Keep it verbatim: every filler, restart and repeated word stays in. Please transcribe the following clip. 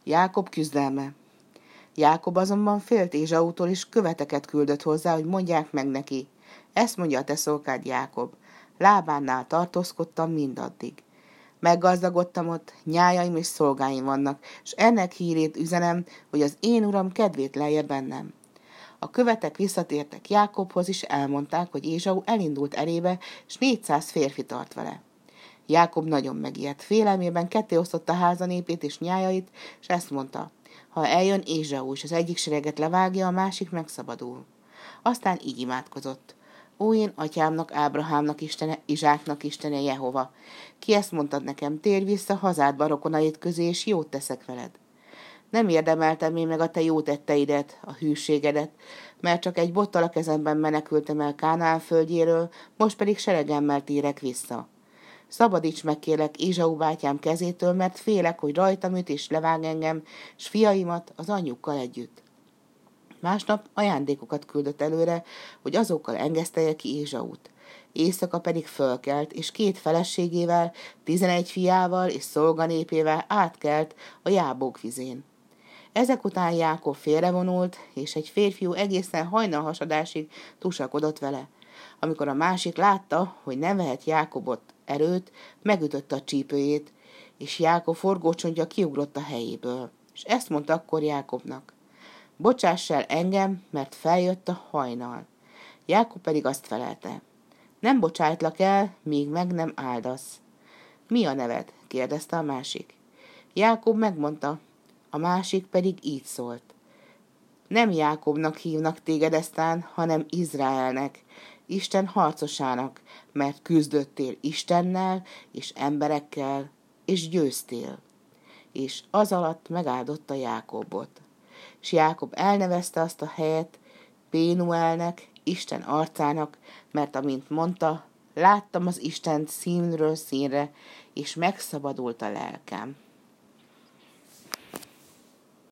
Jákob küzdelme. Jákob azonban félt Ézsautól, és követeket küldött hozzá, hogy mondják meg neki. Ezt mondja a te szolgád Jákob. Lábánnál tartózkodtam mindaddig. Meggazdagodtam ott, nyájaim és szolgáim vannak, és ennek hírét üzenem, hogy az én uram kedvét lelje bennem. A követek visszatértek Jákobhoz, és elmondták, hogy Ézsau elindult elébe, és négyszáz férfi tart vele. Jákob nagyon megijedt, félelmében ketté osztotta háza népét és nyájait, és ezt mondta, ha eljön Ézsau, és az egyik sereget levágja, a másik megszabadul. Aztán így imádkozott. Ó, én atyámnak, Ábrahámnak istene, Izsáknak istene Jehova, ki ezt mondtad nekem, térj vissza hazádba rokonaid közé, és jót teszek veled. Nem érdemeltem én meg a te jó tetteidet, a hűségedet, mert csak egy bottal a kezemben menekültem el Kánaán földjéről, most pedig seregemmel térek vissza. Szabadíts meg kérlek Ézsau bátyám kezétől, mert félek, hogy rajtam üt és levág engem, s fiaimat az anyjukkal együtt. Másnap ajándékokat küldött előre, hogy azokkal engesztelje ki Ézsaut. Éjszaka pedig fölkelt, és két feleségével, tizenegy fiával és szolganépével átkelt a Jábók vizén. Ezek után Jákob félrevonult, és egy férfiú egészen hajnalhasadásig tusakodott vele. Amikor a másik látta, hogy nem vehet Jákobot erőt, megütötte a csípőjét, és Jákob forgócsontja kiugrott a helyéből. És ezt mondta akkor Jákobnak. Bocsáss el engem, mert feljött a hajnal. Jákob pedig azt felelte. Nem bocsájtlak el, míg meg nem áldasz. Mi a neved? kérdezte a másik. Jákob megmondta, a másik pedig így szólt. Nem Jákobnak hívnak téged eztán, hanem Izraelnek, Isten harcosának, mert küzdöttél Istennel és emberekkel, és győztél. És az alatt megáldotta Jákobot. És Jákob elnevezte azt a helyet Pénuelnek, Isten arcának, mert amint mondta, láttam az Istent színről színre, és megszabadult a lelkem.